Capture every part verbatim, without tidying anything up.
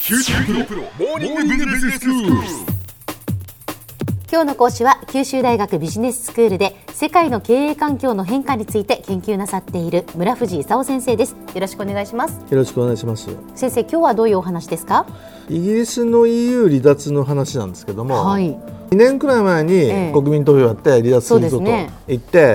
九州大学モーニングビジネススクール。 今日の講師は九州大学ビジネススクールで世界の経営環境の変化について研究なさっている村藤勲先生です。よろしくお願いします。 よろしくお願いします。 先生、今日はどういうお話ですか？ イギリスの イーユー 離脱の話なんですけども、 はい、 にねんくらい前に国民投票やって離脱するぞと言って、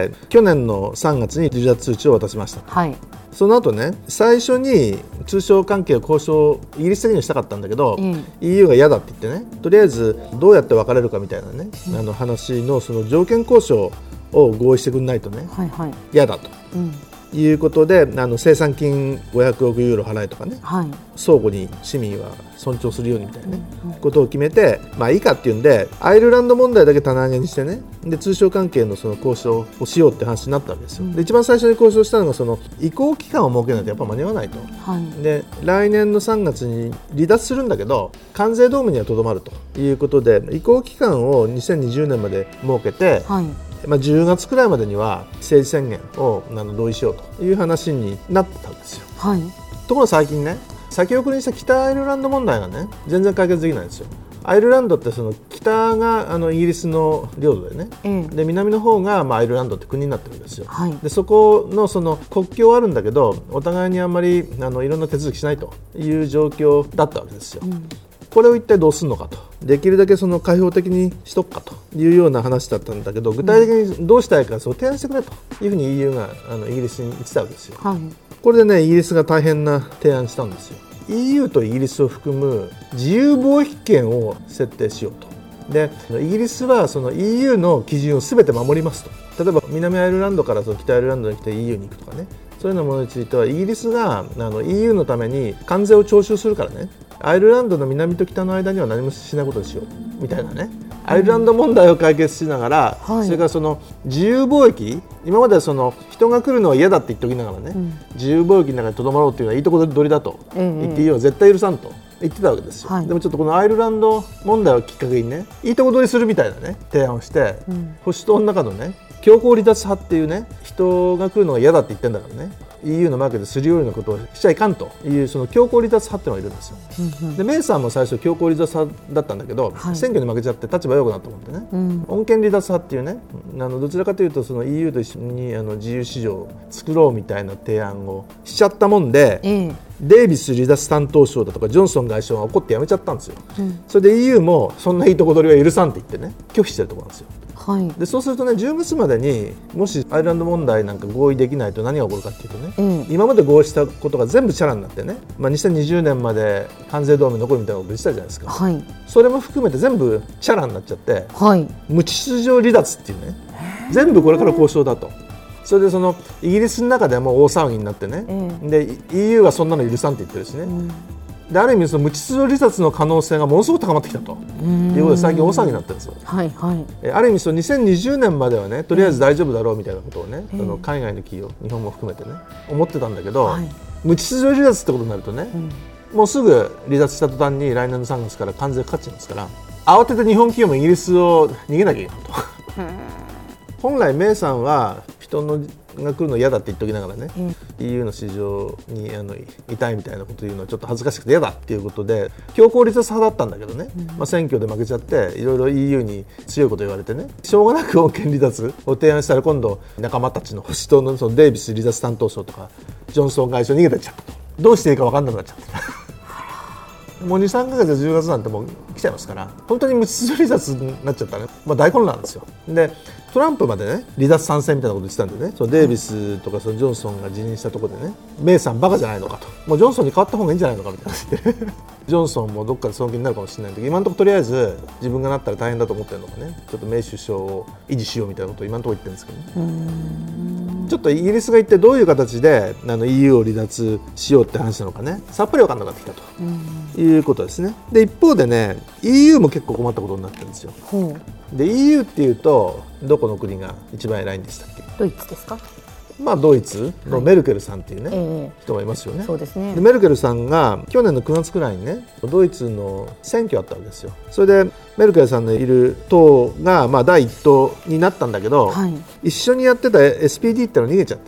ね、去年のさんがつに離脱通知を渡しました。 はい、 その後ね、最初に通商関係を交渉イギリス的にはしたかったんだけど、うん、イーユー が嫌だって言ってね、とりあえずどうやって別れるかみたいなね、うん、あの話のその条件交渉を合意してくれないとね、はいはい、嫌だと、うんいうことで、あの生産金ごひゃくおくユーロ払えとかね、はい、相互に市民は尊重するようにみたいな、ねうんうん、ことを決めて、まあいいかっていうんでアイルランド問題だけ棚上げにしてね、で通商関係のその交渉をしようって話になったわけですよ、うん、で一番最初に交渉したのがその移行期間を設けないとやっぱ間に合わないと、はい、で来年のさんがつに離脱するんだけど関税ドームにはとどまるということで移行期間をにせんにじゅうねんまで設けて、はいまあ、じゅうがつくらいまでには政治宣言をあの同意しようという話になったんですよ、はい、ところが最近ね、先送りにした北アイルランド問題がね全然解決できないんですよ。アイルランドってその北があのイギリスの領土でね、うん、で南の方がまあアイルランドって国になってるんですよ、はい、でそこのその国境はあるんだけどお互いにあんまりあのいろんな手続きしないという状況だったわけですよ、うんこれを一体どうするのかと、できるだけその開放的にしとくかというような話だったんだけど、具体的にどうしたいかそう提案してくれというふうに イーユー があのイギリスに言ってたわけですよ、はい、これでねイギリスが大変な提案したんですよ。 イーユー とイギリスを含む自由貿易圏を設定しようと。でイギリスはその イーユー の基準を全て守りますと。例えば南アイルランドからその北アイルランドに来て イーユー に行くとかね、そういうようなものについてはイギリスがあの イーユー のために関税を徴収するからね、アイルランドの南と北の間には何もしないことにしようみたいなね、アイルランド問題を解決しながら、うん、それからその自由貿易、今まではその人が来るのは嫌だって言っておきながらね、うん、自由貿易の中にとどまろうというのはいいとこ取りだと言って イーユー は絶対許さんと言ってたわけですよ、はい、でもちょっとこのアイルランド問題をきっかけにねいいとこ取りするみたいなね提案をして、うん、保守党の中のね強硬離脱派っていうね、人が来るのが嫌だって言ってんだからね、イーユー のマーケットでするようなことをしちゃいかんというその強硬離脱派っていうのがいるんですよ、うんうん、でメイさんも最初強硬離脱派だったんだけど、はい、選挙に負けちゃって立場弱くなったと思ってね、うん、穏健離脱派っていうね、あのどちらかというとその イーユー と一緒にあの自由市場を作ろうみたいな提案をしちゃったもんで、えー、デイビス離脱担当相だとかジョンソン外相が怒って辞めちゃったんですよ、うん、それで イーユー もそんないいとこ取りは許さんって言ってね拒否してるところなんですよ。はい、でそうするとねじゅうがつまでにもしアイルランド問題なんか合意できないと何が起こるかっていうとね、うん、今まで合意したことが全部チャラになってね、まあ、にせんにじゅうねんまで関税同盟残るみたいなこと言ってたじゃないですか、はい、それも含めて全部チャラになっちゃって、はい、無秩序離脱っていうね全部これから交渉だと。それでそのイギリスの中ではもう大騒ぎになってね、うん、で イーユー はそんなの許さんって言ってるしね、うんである意味その無秩序離脱の可能性がものすごく高まってきたということで最近大騒ぎになってるんですよ、はいはい、えある意味そのにせんにじゅうねんまではねとりあえず大丈夫だろうみたいなことをね、えー、その海外の企業日本も含めてね思ってたんだけど、はい、無秩序離脱ってことになるとね、うん、もうすぐ離脱した途端に来年のさんがつから関税かかっちゃいますから慌てて日本企業もイギリスを逃げなきゃいけないと本来メイさんは人のが来るの嫌だって言っておきながらね、うん、イーユー の市場にあの痛いみたいなことを言うのはちょっと恥ずかしくて嫌だっていうことで強硬離脱派だったんだけどね、うんまあ、選挙で負けちゃっていろいろ イーユー に強いこと言われてねしょうがなく穏健離脱を提案したら今度仲間たちの保守党 の, そのデイビス離脱担当相とかジョンソン外相逃げてっちゃったとどうしていいか分かんなくなっちゃったもうにさんかげつでじゅうがつなんてもう来ちゃいますから本当に無秩序離脱になっちゃったら、ねまあ、大混乱ですよ。でトランプまでね離脱賛成みたいなこと言ってたんでねそのデイビスとかそのジョンソンが辞任したところでねメイさんバカじゃないのかともうジョンソンに変わった方がいいんじゃないのかみたいなジョンソンもどっかでその気になるかもしれないけど今のところとりあえず自分がなったら大変だと思ってるのかねちょっとメイ首相を維持しようみたいなことを今のところ言ってるんですけどねうーんちょっとイギリスが一体どういう形であの イーユー を離脱しようって話なのかねさっぱり分かんなくなってきたということですね。で一方でね イーユー も結構困ったことになってるんですよ。で イーユー っていうとどこの国が一番偉いんでしたっけ？ ドイツですか？ まあ、ドイツのメルケルさんっていうね、はい、人がいますよね。 そうですね。 でメルケルさんが去年のくがつくらいにねドイツの選挙あったわけですよ。それでメルケルさんのいる党がまあ第一党になったんだけど、はい、一緒にやってた エスピーディー っての逃げちゃってね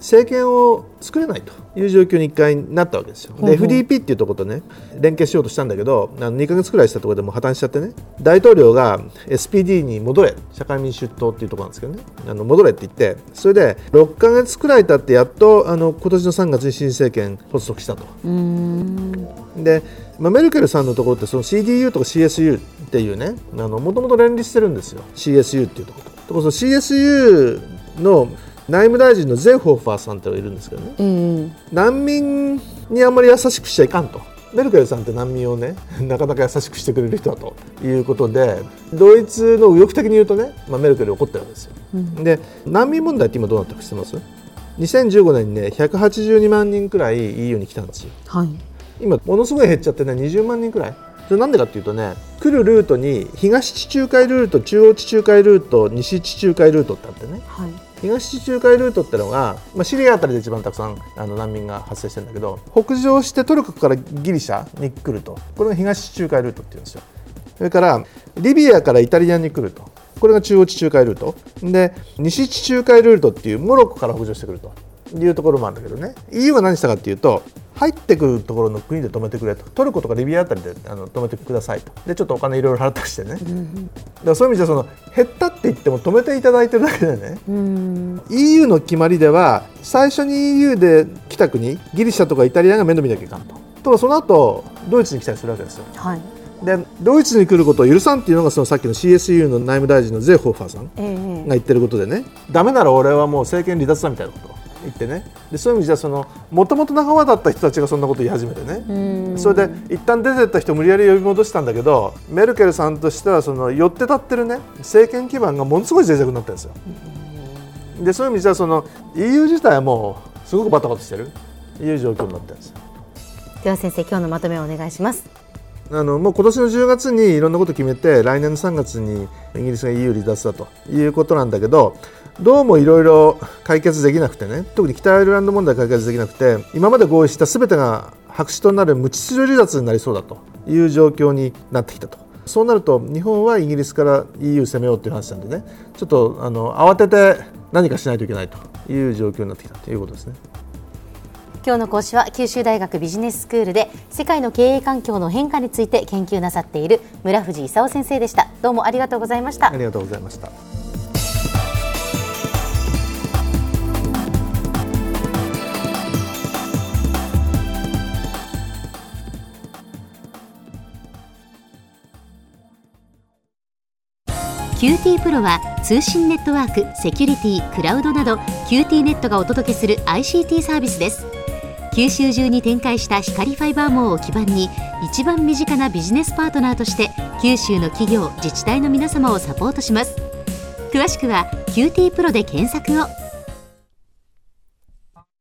政権を作れないという状況に一回なったわけですよ。で エフディーピー っていうところとね連携しようとしたんだけど、あのにかげつくらいしたところでもう破綻しちゃってね、大統領が エスピーディー に戻れ、社会民主党っていうところなんですけどね、あの戻れって言って、それでろっかげつくらい経ってやっとあの今年のさんがつに新政権発足したと。 うーんで、まあ、メルケルさんのところってその シーディーユー とか シーエスユー っていうね、もともと連立してるんですよ。 シーエスユー っていうところと、ところその シーエスユー の内務大臣のゼーホーファーさんってのがいるんですけどね、うん、難民にあんまり優しくしちゃいかんと。メルケルさんって難民をねなかなか優しくしてくれる人だということで、ドイツの右翼的に言うとね、まあ、メルケル怒ってるわけですよ、うん、で難民問題って今どうなってるか知ってます？にせんじゅうごねんにねひゃくはちじゅうにまんにんくらい イーユー に来たんですよ、はい、今ものすごい減っちゃってねにじゅうまんにんくらい。それなんでかっていうとね、来るルートに東地中海ルート、中央地中海ルート、西地中海ルートってあってね、はい、東地中海ルートってのが、まあ、シリアあたりで一番たくさんあの難民が発生してるんだけど、北上してトルコからギリシャに来ると、これが東地中海ルートっていうんですよ。それからリビアからイタリアに来ると、これが中央地中海ルートで、西地中海ルートっていうモロッコから北上してくるというところもあるんだけどね、 イーユー が何したかっていうと、入ってくるところの国で止めてくれと、トルコとかリビアあたりであの止めてくださいと。でちょっとお金いろいろ払ったりしてね、うん、だからそういう意味ではその減ったって言っても止めていただいてるだけでね、うん、イーユー の決まりでは最初に イーユー で来た国、ギリシャとかイタリアが面倒見なきゃいかんと。とかその後ドイツに来たりするわけですよ、はい、でドイツに来ることを許さんっていうのがそのさっきの シーエスユー の内務大臣のゼーホーファーさんが言ってることでね、えー、ダメなら俺はもう政権離脱だみたいなことを言ってね、でそういう意味じゃそのもともと仲間だった人たちがそんなこと言い始めてね、それで一旦出てった人を無理やり呼び戻したんだけど、メルケルさんとしてはその寄って立ってるね政権基盤がものすごい脆弱になってるんですよ。でそういう意味じゃその イーユー 自体はもうすごくバタバタしてるいう状況になってるんですよ。 では先生、今日のまとめをお願いします。 あのもう今年のじゅうがつにいろんなことを決めて、来年のさんがつにイギリスが イーユー 離脱だということなんだけど、どうもいろいろ解決できなくてね、特に北アイルランド問題解決できなくて、今まで合意したすべてが白紙となる無秩序離脱になりそうだという状況になってきたと。そうなると日本はイギリスから イーユー 攻めようという話なんでね、ちょっとあの慌てて何かしないといけないという状況になってきたということですね。 今日の講師は九州大学ビジネススクールで世界の経営環境の変化について研究なさっている村藤勲先生でした。どうもありがとうございました。 ありがとうございました。 キューティー プロは通信ネットワーク、セキュリティ、クラウドなど キューティー ネットがお届けする アイシーティー サービスです。九州中に展開した光ファイバー網を基盤に一番身近なビジネスパートナーとして九州の企業、自治体の皆様をサポートします。詳しくは キューティー プロで検索を。